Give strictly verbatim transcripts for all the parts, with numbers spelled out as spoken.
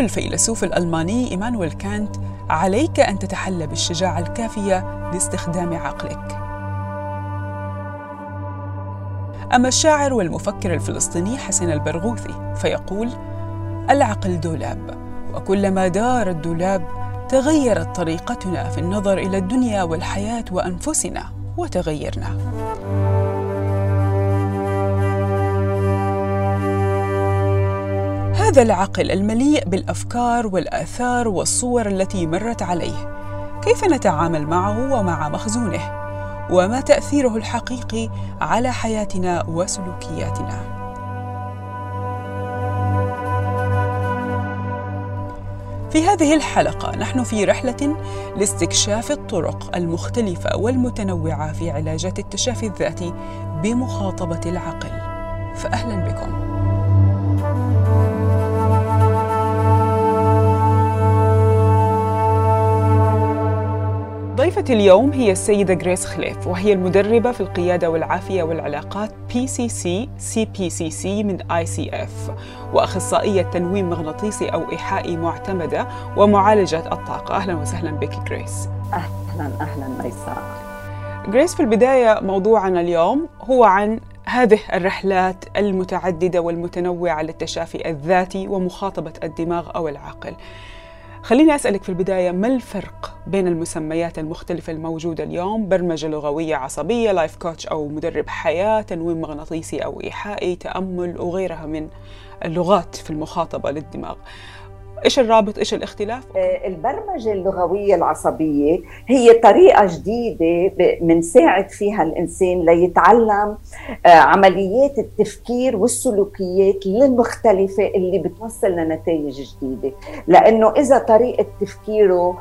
الفيلسوف الألماني إيمانويل كانت: عليك أن تتحلى بالشجاعة الكافية لاستخدام عقلك. أما الشاعر والمفكر الفلسطيني حسن البرغوثي فيقول: العقل دولاب، وكلما دار الدولاب تغيرت طريقتنا في النظر إلى الدنيا والحياة وأنفسنا وتغيرنا. هذا العقل المليء بالأفكار والآثار والصور التي مرت عليه، كيف نتعامل معه ومع مخزونه؟ وما تأثيره الحقيقي على حياتنا وسلوكياتنا؟ في هذه الحلقة نحن في رحلة لاستكشاف الطرق المختلفة والمتنوعة في علاجات التشافي الذاتي بمخاطبة العقل، فأهلاً بكم. ضيفتي اليوم هي السيدة غريس خليف، وهي المدربة في القيادة والعافية والعلاقات بي سي سي سي بي سي سي من آي سي إف، وأخصائية تنويم مغناطيسي أو إيحائي معتمدة ومعالجة الطاقة. أهلاً وسهلاً بك غريس. أهلاً أهلاً ميساء. غريس، في البداية موضوعنا اليوم هو عن هذه الرحلات المتعددة والمتنوعة للتشافي الذاتي ومخاطبة الدماغ أو العقل. خليني أسألك في البداية، ما الفرق بين المسميات المختلفة الموجودة اليوم؟ برمجة لغوية عصبية، لايف كوتش أو مدرب حياة، تنويم مغناطيسي أو إيحائي، تأمل وغيرها من اللغات في المخاطبة للدماغ. إيش الرابط؟ إيش الاختلاف؟ البرمجة اللغوية العصبية هي طريقة جديدة بنساعد فيها الإنسان ليتعلم عمليات التفكير والسلوكيات المختلفة اللي بتوصل لنتائج جديدة، لأنه إذا طريقة تفكيره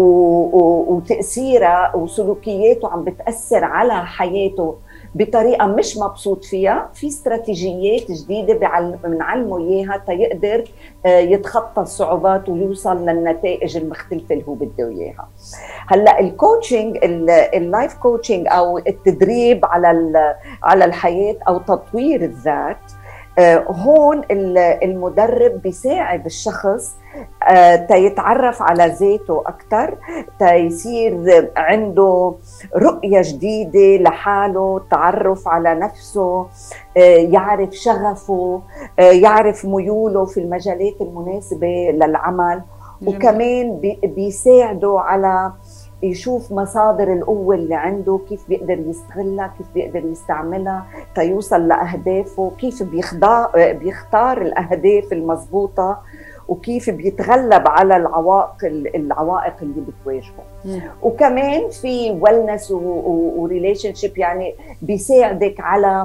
وتأثيره وسلوكياته عم بتأثر على حياته بطريقة مش مبسوط فيها، في استراتيجيات جديدة بنعلمه إياها تيقدر يتخطى الصعوبات ويوصل للنتائج المختلفة اللي هو بده إياها. هلا الكوتشنج، اللايف كوتشنج أو التدريب على على الحياة أو تطوير الذات، هون المدرب بيساعد الشخص تيتعرف على ذاته أكثر، تيصير عنده رؤية جديدة لحاله، تعرف على نفسه، يعرف شغفه، يعرف ميوله في المجالات المناسبة للعمل. وكمان بيساعده على يشوف مصادر القوة اللي عنده، كيف بيقدر يستغلها، كيف بيقدر يستعملها تيوصل لأهدافه، كيف بيختار بيختار الأهداف المضبوطة، وكيف بيتغلب على العوائق العوائق اللي بتواجهه. وكمان في ويلنس وريليشن شيب، يعني بيساعدك على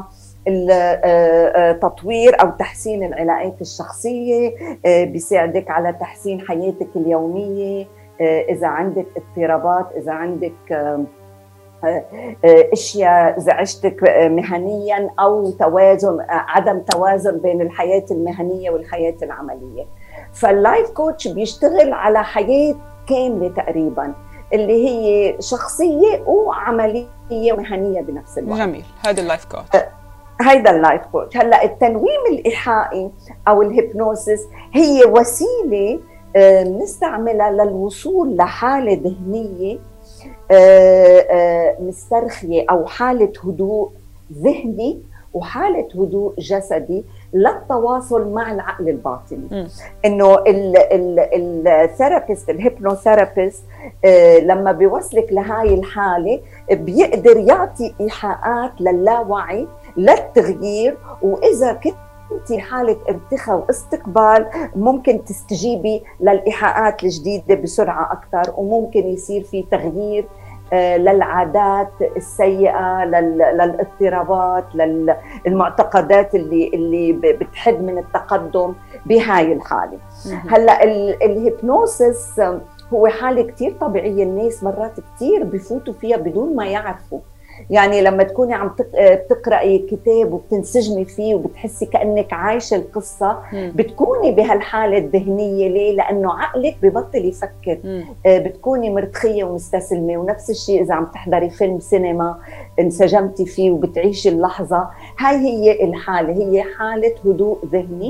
تطوير أو تحسين العلاقات الشخصية، بيساعدك على تحسين حياتك اليومية، إذا عندك اضطرابات، إذا عندك اشياء زعجتك مهنيا او توازن، عدم توازن بين الحياه المهنيه والحياه العمليه. فاللايف كوتش بيشتغل على حياه كامله تقريبا، اللي هي شخصيه وعمليه ومهنيه بنفس الوقت. جميل، هذا اللايف كوتش. هيدا اللايف كوتش. هلا التنويم الايحائي او الهيبنوسيس هي وسيله بنستعملها للوصول لحاله ذهنيه مسترخية أو حالة هدوء ذهني وحالة هدوء جسدي للتواصل مع العقل الباطني. م. إنه الثيرابيست الهيبنوثيرابيست لما بيوصلك لهاي الحالة بيقدر يعطي إيحاءات للاوعي للتغيير، وإذا كنت انت حالة ارتخاء واستقبال ممكن تستجيبي للإيحاءات الجديدة بسرعة أكثر، وممكن يصير في تغيير للعادات السيئة، للاضطرابات، للمعتقدات اللي اللي بتحد من التقدم بهاي الحالة. هلا الهيبنوسيس هو حالة كتير طبيعية، الناس مرات كتير بفوتوا فيها بدون ما يعرفوا. يعني لما تكوني عم بتقرأي كتاب وبتنسجمي فيه وبتحسي كأنك عايشة القصة، م. بتكوني بهالحالة الذهنية. ليه؟ لأنه عقلك ببطل يفكر، م. بتكوني مرتخية ومستسلمة. ونفس الشيء إذا عم تحضري فيلم سينما انسجمتي فيه وبتعيشي اللحظة، هاي هي الحالة، هي حالة هدوء ذهني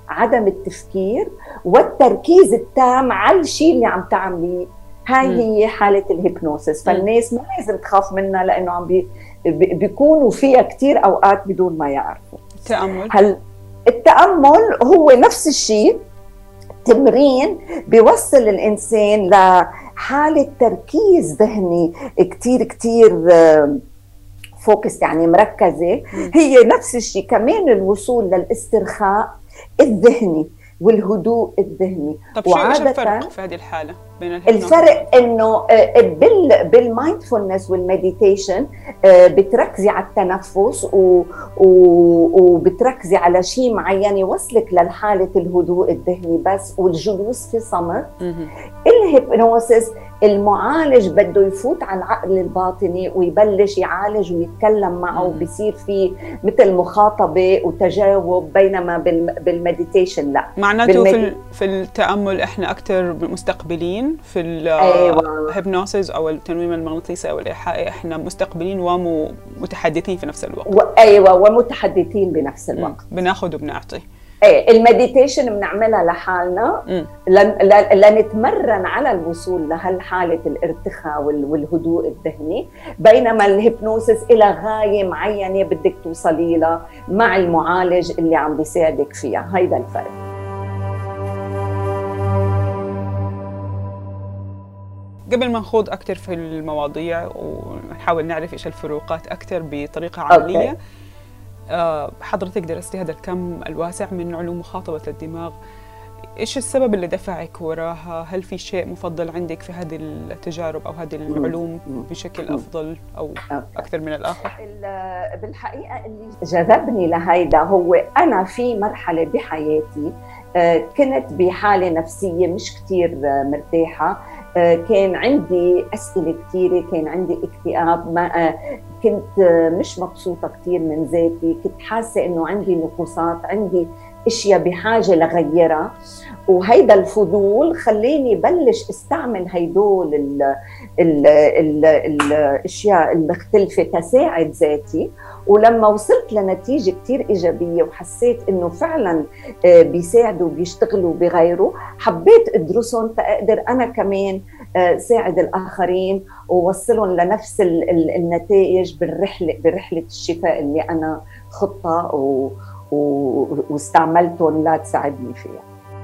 عدم التفكير والتركيز التام على الشيء اللي عم تعمليه. هاي م. هي حالة الهيبنوسيس. فالناس ما لازم تخاف منها لأنه عم بي بيكونوا فيها كتير أوقات بدون ما يعرفوا. التأمل هل التأمل هو نفس الشيء، تمرين بيوصل الإنسان لحالة تركيز ذهني كتير كتير فوكس، يعني مركزة. هي نفس الشيء كمان الوصول للاسترخاء الذهني والهدوء الذهني. طب شو ايش الفرق في هذه الحالة بين الهيبنوز؟ الفرق انه بال بالمايندفولنس والمديتيشن بتركزي على التنفس و... و... وبتركزي على شيء معين يوصلك لحالة الهدوء الذهني بس، والجلوس في صمت. الهيبنوسيس المعالج بده يفوت على العقل الباطني ويبلش يعالج ويتكلم معه، وبيصير في مثل مخاطبة وتجاوب، بينما بالمديتيشن لا. معناته بالمدي... في في التأمل احنا أكثر مستقبلين، في الهيبنوسيس أو التنويم المغناطيسي أو الإيحائي احنا مستقبلين ومتحدثين في نفس الوقت. و... أيوة ومتحدثين بنفس الوقت. بناخذ وبنعطي. ايه المديتيشن بنعملها لحالنا لن... لنتمرن على الوصول لهالحالة الارتخاء والهدوء الذهني، بينما الهيبنوسيس إلى غاية معينة بدك توصلي لها مع المعالج اللي عم بيساعدك فيها. هيدا الفرق. قبل ما نخوض أكثر في المواضيع ونحاول نعرف إيش الفروقات أكثر بطريقة عملية، أوكي. حضرتك درستي هذا الكم الواسع من علوم مخاطبة الدماغ، إيش السبب اللي دفعك وراها؟ هل في شيء مفضل عندك في هذه التجارب أو هذه العلوم بشكل أفضل أو أكثر من الآخر؟ بالحقيقة اللي جذبني لهيدا هو أنا في مرحلة بحياتي كنت بحالة نفسية مش كتير مرتاحة، كان عندي أسئلة كثيرة، كان عندي اكتئاب، ما كنت مش مبسوطة كثير من ذاتي، كنت حاسة إنه عندي نقصات، عندي اشياء بحاجه لغيرها. وهيدا الفضول خليني بلش استعمل هيدول ال ال ال الاشياء المختلفه تساعد ذاتي. ولما وصلت لنتيجه كثير ايجابيه وحسيت انه فعلا بيساعدوا بيشتغلوا بغيره، حبيت ادرسهم تقدر انا كمان ساعد الاخرين ووصلهم لنفس النتائج بالرحله برحله الشفاء اللي انا خطه و واستعملتهم لا تساعدني فيها.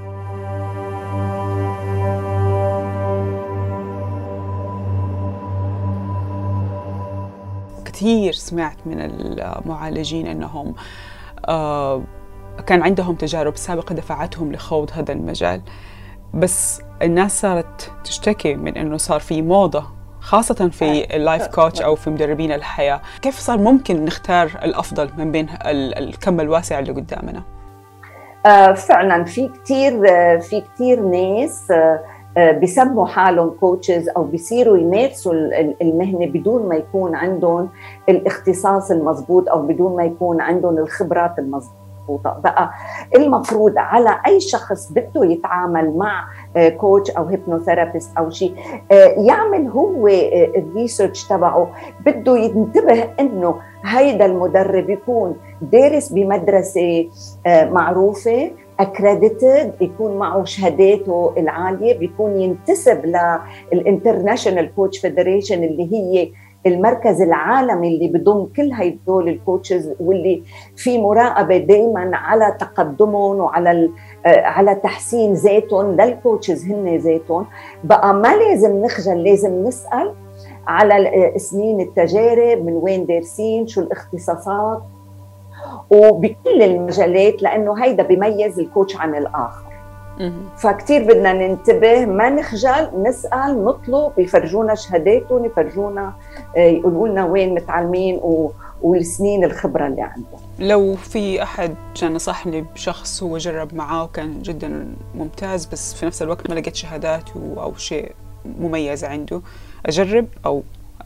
كثير سمعت من المعالجين أنهم آه كان عندهم تجارب سابقة دفعتهم لخوض هذا المجال، بس الناس صارت تشتكي من أنه صار في موضة خاصة في اللايف كوتش أو في مدربين الحياة. كيف صار ممكن نختار الأفضل من بين الكم الواسع اللي قدامنا؟ آه فعلا في كتير في كتير ناس آه بيسموا حالهم كوتشز أو بيصيروا يمارسوا المهنة بدون ما يكون عندهم الاختصاص المضبوط أو بدون ما يكون عندهم الخبرات المضبوطة. بقى المفروض على أي شخص بده يتعامل مع كوتش أو هيبنوثيرابيست أو شيء يعمل هو الريسيرش تبعه، بده ينتبه إنه هيدا المدرب يكون دارس بمدرسة معروفة accredited، يكون معه شهاداته العالية، بيكون ينتسب للانترناشونال كوتش فيدريشن اللي هي المركز العالمي اللي بضم كل هيدول الكوتشز، واللي في مراقبه دائما على تقدمهم وعلى على تحسين ذاتهم للكوتشز هن ذاتهم. بقى ما لازم نخجل، لازم نسال على سنين التجارب، من وين دارسين، شو الاختصاصات، وبكل المجالات، لانه هيدا بيميز الكوتش عن الاخر. فكتير بدنا ننتبه، ما نخجل، نسأل، نطلب، يفرجونا شهاداتهم، يفرجونا يقولوا لنا وين متعلمين والسنين الخبرة اللي عندهم. لو في أحد كان نصحني بشخص هو جرب معاه وكان جدا ممتاز بس في نفس الوقت ما لقيت شهادات أو شيء مميز عنده، أجرب أو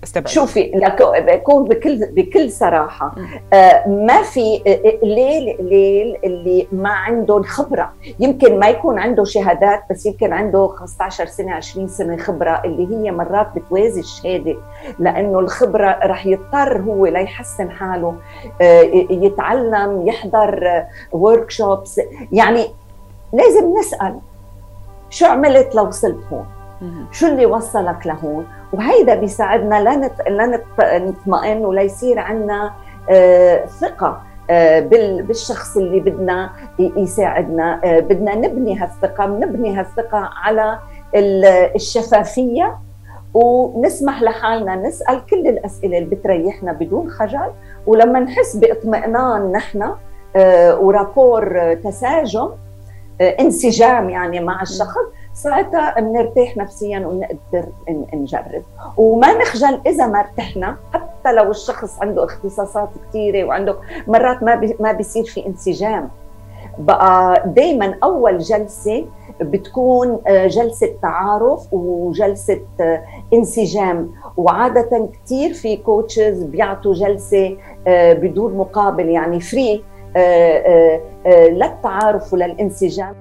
استبعد؟ شوفي لك بكون بكل بكل صراحه آه ما في ليل ليل اللي ما عنده الخبره، يمكن ما يكون عنده شهادات بس يمكن عنده خمسة عشر سنه عشرين سنه خبره اللي هي مرات بتوازي الشهاده، لانه الخبره رح يضطر هو ليحسن حاله آه يتعلم يحضر ورك شوبس. يعني لازم نسال شو عملت لو وصلت هون؟ شو اللي وصلك لهون؟ وهيدا بيساعدنا لنطمئن وليصير عنا آه ثقة آه بالشخص اللي بدنا يساعدنا. آه بدنا نبني هالثقة، بنبني هالثقة على الشفافية، ونسمح لحالنا نسأل كل الأسئلة اللي بتريحنا بدون خجل، ولما نحس باطمئنان نحن آه ورابور تساجم آه انسجام يعني مع الشخص، ساعتها بنرتاح نفسيا ونقدر نجرب وما نخجل اذا ما ارتحنا، حتى لو الشخص عنده اختصاصات كثيره وعنده مرات ما بي ما بيصير في انسجام. بقى دائما اول جلسه بتكون جلسه تعارف وجلسه انسجام، وعاده كثير في كوتشز بيعطوا جلسه بدون مقابل يعني فري للتعارف وللانسجام.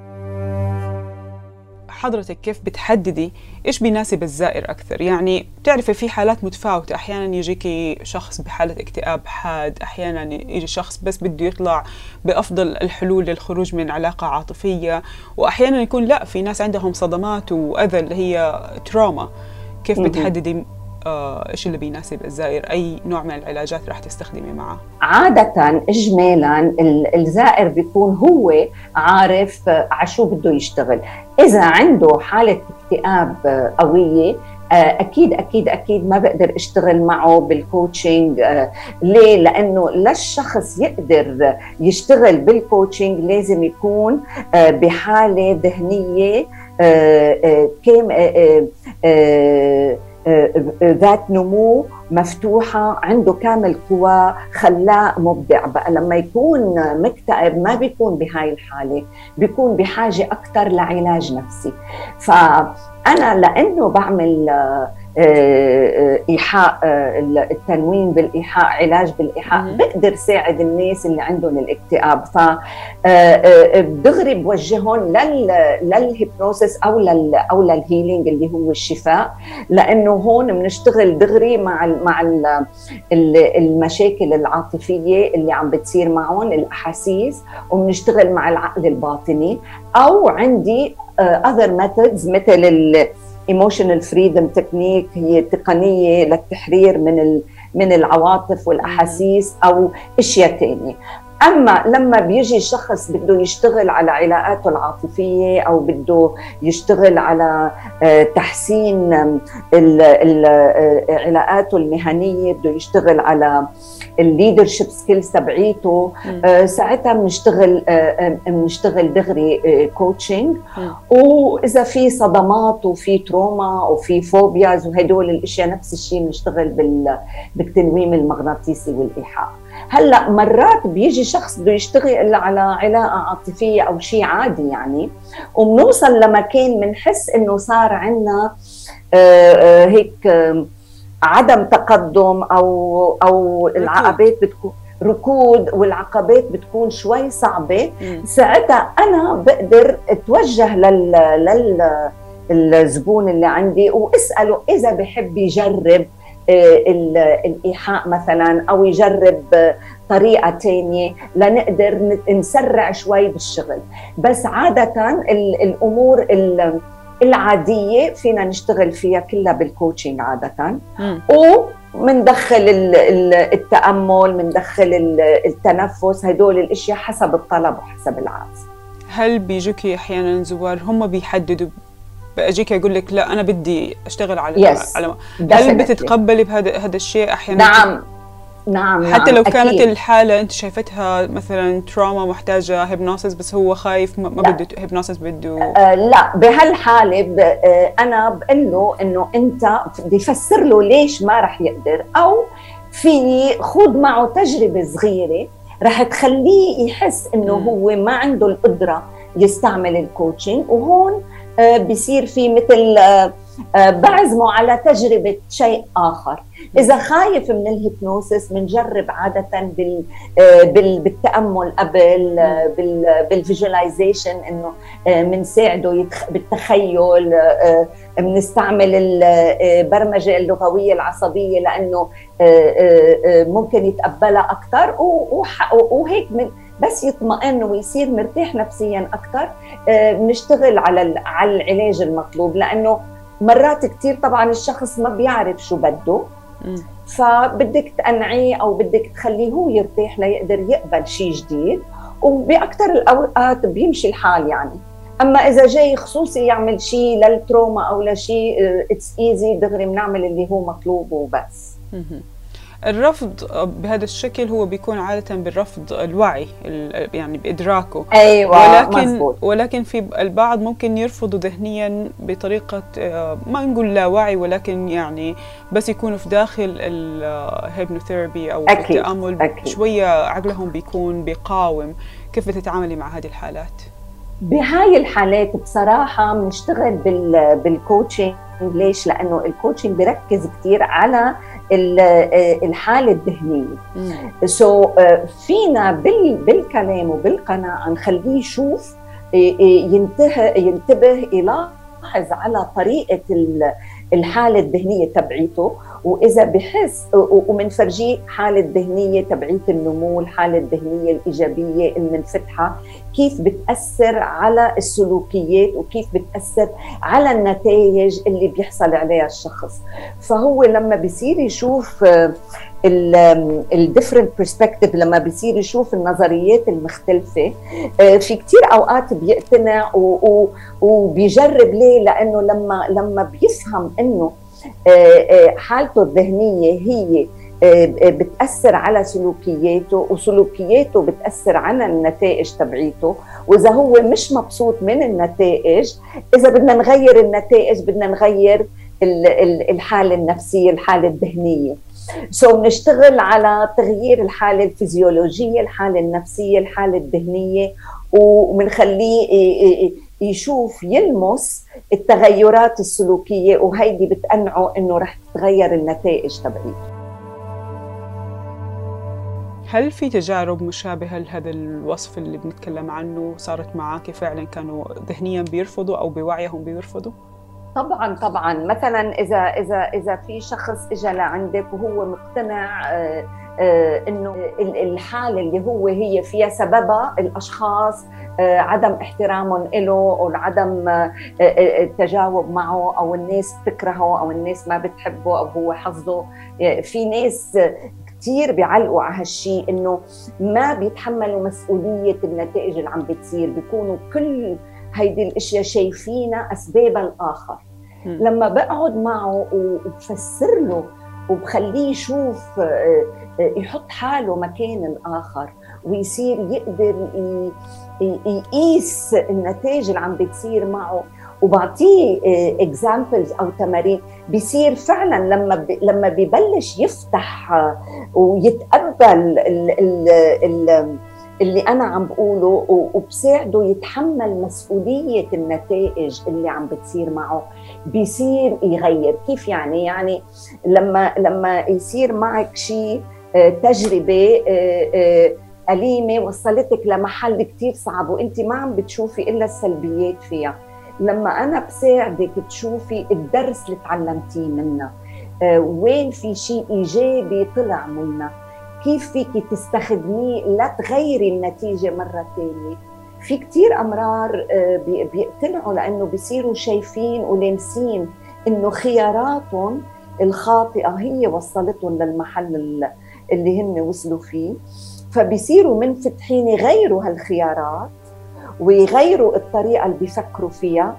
حضرتك كيف بتحددي ايش بيناسب الزائر اكثر؟ يعني بتعرفي في حالات متفاوته، احيانا يجيكي شخص بحاله اكتئاب حاد، احيانا يجي شخص بس بده يطلع بافضل الحلول للخروج من علاقه عاطفيه، واحيانا يكون لا، في ناس عندهم صدمات واذى اللي هي تروما. كيف بتحددي آه ايش اللي بيناسب الزائر؟ اي نوع من العلاجات رح تستخدمي معه؟ عادة اجمالا الزائر بيكون هو عارف على شو بده يشتغل. اذا عنده حالة اكتئاب قوية اكيد اكيد اكيد ما بقدر اشتغل معه بالكوتشنج. ليه؟ لانه للشخص يقدر يشتغل بالكوتشنج لازم يكون بحالة ذهنية كام ذات نمو مفتوحة، عنده كامل قوى، خلاق، مبدع. بقى لما يكون مكتئب ما بيكون بهاي الحالة، بيكون بحاجة أكتر لعلاج نفسي. فأنا لأنه بعمل إيحاء التنويم بالإيحاء، علاج بالإيحاء، بقدر ساعد الناس اللي عندهم الاكتئاب. فدغري بوجههم للهيبنوسيس أو لل أو للهيلينج اللي هو الشفاء، لأنه هون بنشتغل دغري مع مع المشاكل العاطفية اللي عم بتصير معهم، الأحاسيس، وبنشتغل مع العقل الباطني. أو عندي other methods مثل ال Emotional Freedom Technique، هي تقنية للتحرير من من العواطف والأحاسيس أو أشياء تانية. أما لما بيجي شخص بده يشتغل على علاقاته العاطفية أو بده يشتغل على تحسين علاقاته المهنية، بده يشتغل على الليدرشيب سكيلز تبعيته، ساعتها بنشتغل بنشتغل دغري كوتشنج. وإذا في صدمات وفي تروما وفي فوبياز وهدول الأشياء نفس الشيء بنشتغل بالتنويم المغناطيسي والإيحاء. هلا مرات بيجي شخص بده يشتغل على علاقه عاطفيه او شيء عادي يعني، وبنوصل لمكان بنحس انه صار عندنا هيك عدم تقدم او او العقبات بتكون ركود والعقبات بتكون شوي صعبه. ساعتها انا بقدر اتوجه لل للزبون اللي عندي واساله اذا بحب يجرب الإيحاء مثلا أو يجرب طريقة تانية لنقدر نسرع شوي بالشغل. بس عادة الأمور العادية فينا نشتغل فيها كلها بالكوتشنج عادة، ومندخل التأمل، مندخل التنفس، هدول الأشياء حسب الطلب وحسب العاز. هل بيجوكي أحيانا زوار هم بيحددوا، بأجيك يقول لك لا أنا بدي أشتغل على yes. على هل بتتقبلي بهذا هذا الشيء أحيانا؟ نعم نعم حتى نعم لو كانت أكيد. الحالة أنت شايفتها مثلا تروما محتاجة هيبنوسيس بس هو خايف ما بده هيبنوسيس بده آه لا، بهالحالة آه أنا بقول له إنه أنت بدي أفسر له ليش ما رح يقدر، أو في خوض معه تجربة صغيرة رح تخليه يحس إنه م. هو ما عنده القدرة يستعمل الكوتشنج. وهون بيصير في مثل بعزمه على تجربة شيء آخر. إذا خايف من الهيبنوسيس بنجرب عادة بال بالتأمل قبل، بالفيجواليزيشن، إنه بنساعده بالتخيل، بنستعمل البرمجة اللغوية العصبية لأنه ممكن يتقبلها أكثر، وهيك بس يطمئن ويصير مرتاح نفسيا أكثر. بنشتغل على على العلاج المطلوب، لأنه مرات كتير طبعا الشخص ما بيعرف شو بده، فبدك تقنعيه أو بدك تخليه هو يرتاح ليقدر يقبل شيء جديد، وبأكثر الأوقات بيمشي الحال يعني. أما إذا جاي خصوصي يعمل شيء للتروما أو لشيء اتس ايزي دغري بنعمل اللي هو مطلوب وبس. الرفض بهذا الشكل هو بيكون عادة بالرفض الوعي، يعني بإدراكه. أيوة ولكن مزبوط. ولكن في البعض ممكن يرفضوا ذهنيا بطريقة ما نقول لا وعي، ولكن يعني بس يكونوا في داخل الهيبنوثيرابي أو أكيد. في التأمل أكيد. شوية عقلهم بيكون بيقاوم. كيف بتتعاملي مع هذه الحالات؟ بهاي الحالات بصراحة بنشتغل بال بالكوتشنج. ليش؟ لأنه الكوتشنج بيركز كتير على الحالة الذهنية. سو so, فينا بالكلام وبالقناعة نخليه يشوف، ينتبه ينتبه يلاحظ على طريقة الحالة الذهنية تبعيته، وإذا بحس ومنفرجيه حالة ذهنية تبعية النمو، الحالة الذهنية الإيجابية المنفتحة، كيف بتأثر على السلوكيات وكيف بتأثر على النتائج اللي بيحصل عليها الشخص. فهو لما بيصير يشوف الديفرنت برسبكتيف، لما بيصير يشوف النظريات المختلفة، في كتير أوقات بيقتنع وبيجرب. ليه؟ لأنه لما لما بيفهم إنه حالته الذهنية هي بتأثر على سلوكياته، وسلوكياته بتأثر على النتائج تبعيته، وإذا هو مش مبسوط من النتائج، إذا بدنا نغير النتائج بدنا نغير الحالة النفسية، الحالة الذهنية. سو so, نشتغل على تغيير الحالة الفيزيولوجية، الحالة النفسية، الحالة الذهنية، ومنخليه يشوف يلمس التغيرات السلوكية، وهيدي بتقنعه إنه رح تتغير النتائج تبعيته. هل في تجارب مشابهة لهذا الوصف اللي بنتكلم عنه صارت معاك؟ فعلا كانوا ذهنيا بيرفضوا أو بوعيهم بيرفضوا؟ طبعا طبعا. مثلا اذا اذا اذا في شخص اجى لعندك وهو مقتنع آه آه انه الحاله اللي هو هي فيها سببها الاشخاص آه عدم احترامهم له، او عدم آه التجاوب معه، او الناس بتكرهه، او الناس ما بتحبه، او هو حظه. في ناس كثير بيعلقوا على هالشيء، انه ما بيتحملوا مسؤوليه النتائج اللي عم بتصير، بيكونوا كل هيدي الاشياء شايفينها اسبابها الاخر. م. لما بقعد معه وبفسر له وبخليه يشوف، يحط حاله مكان الاخر، ويصير يقدر يقيس النتائج اللي عم بتصير معه، وبعطيه اكزامبلز او تمارين، بيصير فعلا لما لما ببلش يفتح ويتقبل ال ال ال اللي أنا عم بقوله، وبساعده يتحمل مسؤولية النتائج اللي عم بتصير معه، بيصير يغير. كيف يعني؟ يعني لما لما يصير معك شيء تجربة أليمة وصلتك لمحل كتير صعب وأنت ما عم بتشوفي إلا السلبيات فيها، لما أنا بساعدك تشوفي الدرس اللي تعلمتيه منها، وين في شيء إيجابي طلع منها، كيف فيك تستخدميه لا تغيري النتيجة مرة ثانية. في كتير أمرار بيقتنعوا لأنه بيصيروا شايفين ولامسين إنه خياراتهم الخاطئة هي وصلتهم للمحل اللي هم وصلوا فيه، فبيصيروا منفتحين يغيروا هالخيارات ويغيروا الطريقة اللي بيفكروا فيها،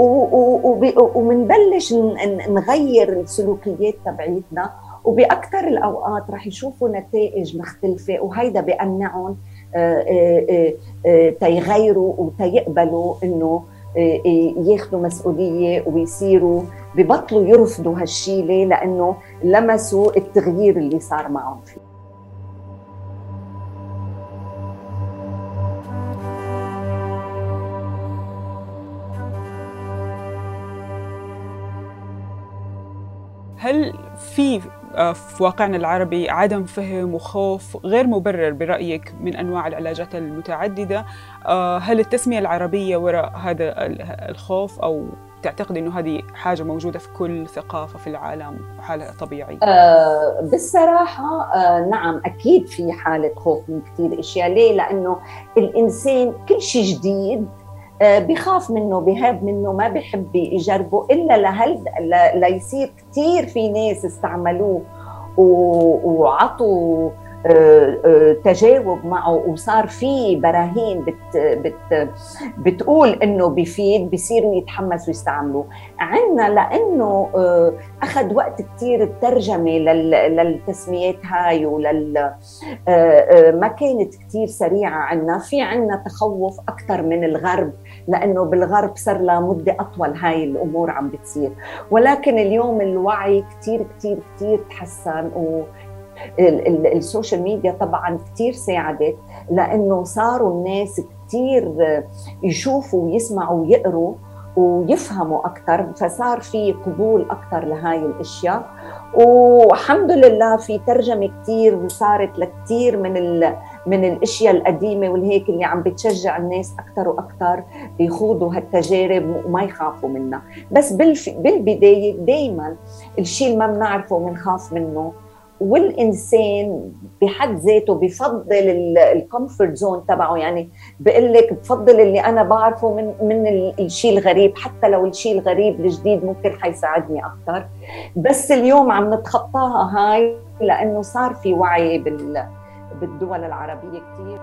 ومنبلش نغير السلوكيات تبعيتنا، وبأكثر الأوقات رح يشوفوا نتائج مختلفة، وهيدا بيقنعهم تيغيروا وتيقبلوا إنه ياخدوا مسؤولية ويصيروا ببطلوا يرفضوا هالشي. ليه؟ لأنه لمسوا التغيير اللي صار معهم فيه. هل في في واقعنا العربي عدم فهم وخوف غير مبرر برأيك من أنواع العلاجات المتعددة؟ هل التسمية العربية وراء هذا الخوف، أو تعتقد أنه هذه حاجة موجودة في كل ثقافة في العالم وحالة طبيعي؟ أه بالصراحة أه نعم، أكيد في حالة خوف من كثير أشياء. ليه؟ لأنه الإنسان كل شيء جديد أه بخاف منه، بهاب منه، ما بيحب يجربه إلا لهل ليصير كثير في ناس استعملوه وعطوا تجاوب معه وصار في براهين بت بت بتقول انه بيفيد، بيصيروا يتحمسوا يستعملوه. عنا لانه اخذ وقت كثير الترجمه للتسميات هاي ولل ما كانت كثير سريعه. عنا في عنا تخوف اكثر من الغرب، لانه بالغرب صار لها مده اطول هاي الامور عم بتصير. ولكن اليوم الوعي كثير كثير كثير تحسن، و السوشيال ميديا طبعا كتير ساعدت، لأنه صاروا الناس كتير يشوفوا ويسمعوا ويقروا ويفهموا أكتر، فصار في قبول أكتر لهاي الأشياء. والحمد لله في ترجمة كتير صارت لكتير من ال من الاشياء القديمه والهيك اللي عم بتشجع الناس اكثر واكثر يخوضوا هالتجارب وما يخافوا منها. بس بالبدايه دائما الشيء اللي ما بنعرفه بنخاف منه، والانسان بحد ذاته بفضل الكومفورت زون تبعه. يعني بقول لك بفضل اللي انا بعرفه من من الشيء الغريب، حتى لو الشيء الغريب الجديد ممكن حيساعدني اكثر. بس اليوم عم نتخطاها هاي لانه صار في وعي بال بالدول العربيه كثير.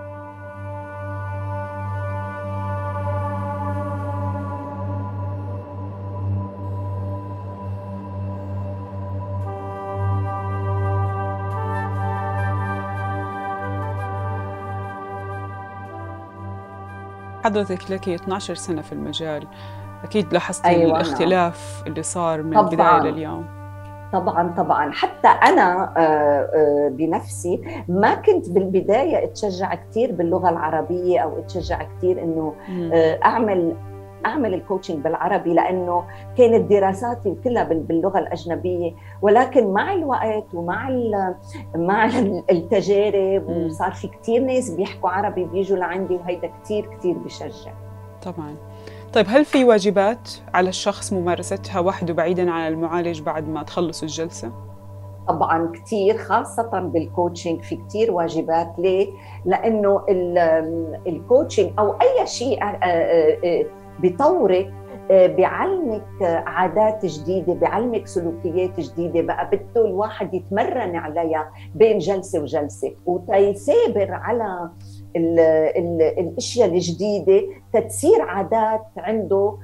حضرتك لك اثنعش سنة في المجال، أكيد لاحظتي أيوة الاختلاف اللي صار من طبعاً البداية لليوم. طبعا طبعا حتى أنا بنفسي ما كنت بالبداية أتشجع كثير باللغة العربية أو أتشجع كثير إنه أعمل أعمل الكوتشنج بالعربي، لأنه كانت دراساتي كلها باللغة الأجنبية. ولكن مع الوقت ومع مع التجارب وصار في كتير ناس بيحكوا عربي بيجوا لعندي، وهيدا كتير كتير بشجع. طبعاً. طيب هل في واجبات على الشخص ممارستها وحده بعيداً عن المعالج بعد ما تخلص الجلسة؟ طبعاً كتير، خاصة بالكوتشنج في كتير واجبات. ليه؟ لأنه الكوتشنج أو أي شيء بيطورك، بيعلمك عادات جديدة، بيعلمك سلوكيات جديدة، بقى بده الواحد يتمرن عليها بين جلسة وجلسة وتيثابر على ال ال الاشياء الجديدة تتصير عادات عنده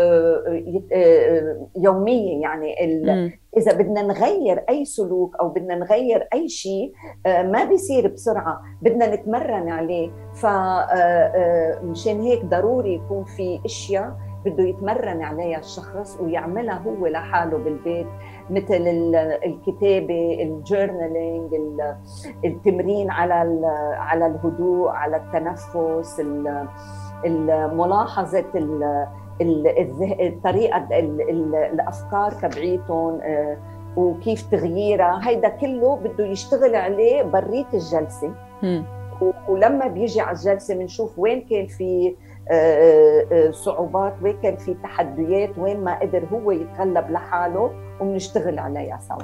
يومية. يعني إذا بدنا نغير أي سلوك أو بدنا نغير أي شيء ما بيصير بسرعة، بدنا نتمرن عليه. فمشان هيك ضروري يكون في أشياء بده يتمرن عليها الشخص ويعملها هو لحاله بالبيت، مثل الكتابة، الجورنالينج، التمرين على على الهدوء، على التنفس، الملاحظة، الطريقة، الأفكار تبعيتهم وكيف تغييرها. هيدا كله بده يشتغل عليه برية الجلسة. م. ولما بيجي على الجلسة بنشوف وين كان في صعوبات، وين كان في تحديات، وين ما قدر هو يتغلب لحاله، وبنشتغل عليها سوا.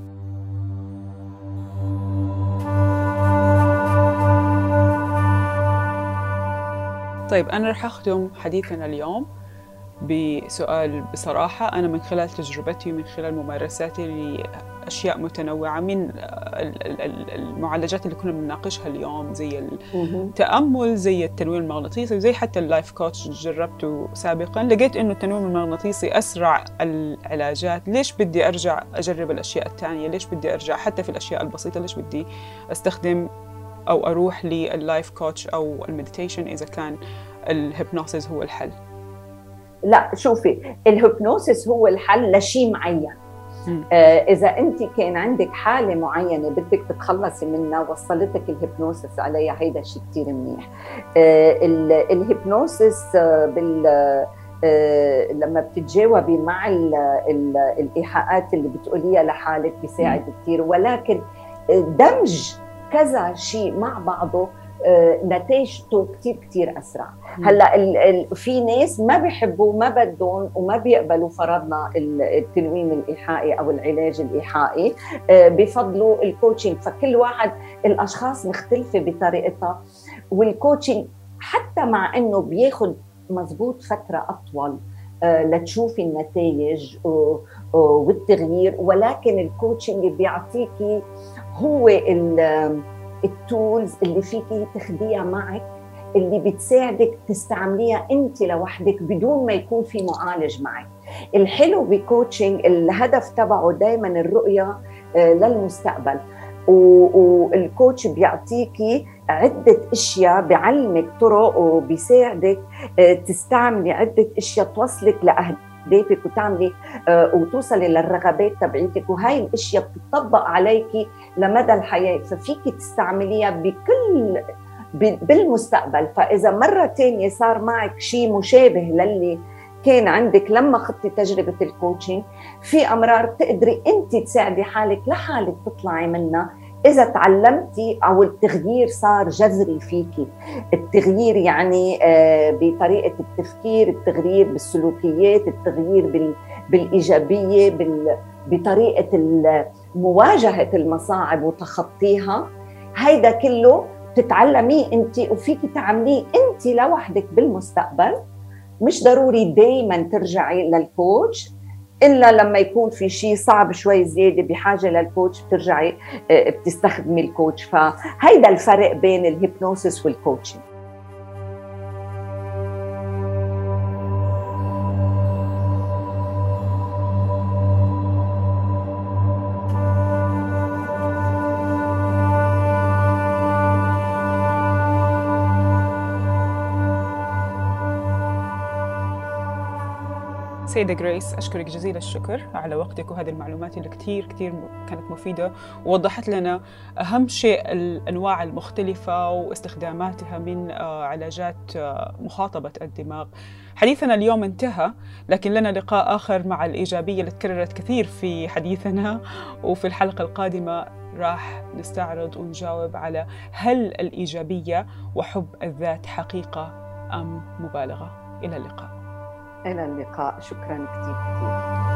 طيب أنا رح أختم حديثنا اليوم بسؤال بصراحة. أنا من خلال تجربتي ومن خلال ممارساتي لأشياء متنوعة من المعالجات اللي كنا بنناقشها اليوم، زي التأمل، زي التنويم المغناطيسي، زي حتى اللايف كوتش جربته سابقاً، لقيت إنه التنويم المغناطيسي أسرع العلاجات. ليش بدي أرجع أجرب الأشياء الثانية؟ ليش بدي أرجع حتى في الأشياء البسيطة؟ ليش بدي أستخدم أو أروح لللايف كوتش أو المديتيشن إذا كان الهيبنوسيس هو الحل؟ لا شوفي، الهيبنوسيس هو الحل لشيء معين. آه إذا أنت كان عندك حالة معينة بدك تتخلصي منها وصلتك الهيبنوسيس عليها، هيدا شيء كتير منيح. آه الهيبنوسيس آه بال لما بتتجاوبي مع ال ال الايحاءات اللي بتقوليها لحالك بيساعد كثير، ولكن دمج كذا شيء مع بعضه نتيجته كتير كتير أسرع. هلا ال ال في ناس ما بيحبوا ما بدهم وما بيقبلوا فرضنا التنويم الإيحائي أو العلاج الإيحائي، بفضلوا الكوتشنج. فكل واحد الأشخاص مختلفة بطريقتها، والكوتشنج حتى مع إنه بياخد مزبوط فترة أطول لتشوفي النتائج والتغيير، ولكن الكوتشنج بيعطيكي هو التولز اللي فيكي تاخديها معك، اللي بتساعدك تستعمليها انت لوحدك بدون ما يكون في معالج معك. الحلو بكوتشنج الهدف تبعه دائما الرؤية للمستقبل، والكوتش بيعطيكي عدة اشياء، بيعلمك طرق وبيساعدك تستعملي عدة اشياء توصلك لأهدافك وتعملي وتوصلي للرغبات تبعيتك، وهاي الاشياء بتطبق عليكي لمدى الحياة، ففيكي تستعمليها بكل بالمستقبل. فإذا مرة تانية صار معك شيء مشابه للي كان عندك لما خضتي تجربة الكوتشنج، في أمرار بتقدري أنت تساعدي حالك لحالك تطلعي منها إذا تعلمتي أو التغيير صار جذري فيكي. التغيير يعني بطريقة التفكير، التغيير بالسلوكيات، التغيير بالإيجابية، بطريقة مواجهة المصاعب وتخطيها. هيدا كله تتعلميه أنت وفيكي تعمليه أنت لوحدك بالمستقبل. مش ضروري دايما ترجعي للكوتش، إلا لما يكون في شيء صعب شوي زيادة بحاجة للكوتش بترجعي بتستخدمي الكوتش. فهيدا الفرق بين الهيبنوسيس والكوتشنج. سيدة جريس، أشكرك جزيل الشكر على وقتك وهذه المعلومات اللي كتير كتير كانت مفيدة، ووضحت لنا أهم شيء الأنواع المختلفة واستخداماتها من علاجات مخاطبة الدماغ. حديثنا اليوم انتهى، لكن لنا لقاء آخر مع الإيجابية اللي تكررت كثير في حديثنا، وفي الحلقة القادمة راح نستعرض ونجاوب على هل الإيجابية وحب الذات حقيقة أم مبالغة. إلى اللقاء. إلى اللقاء، شكراً كتير كتير.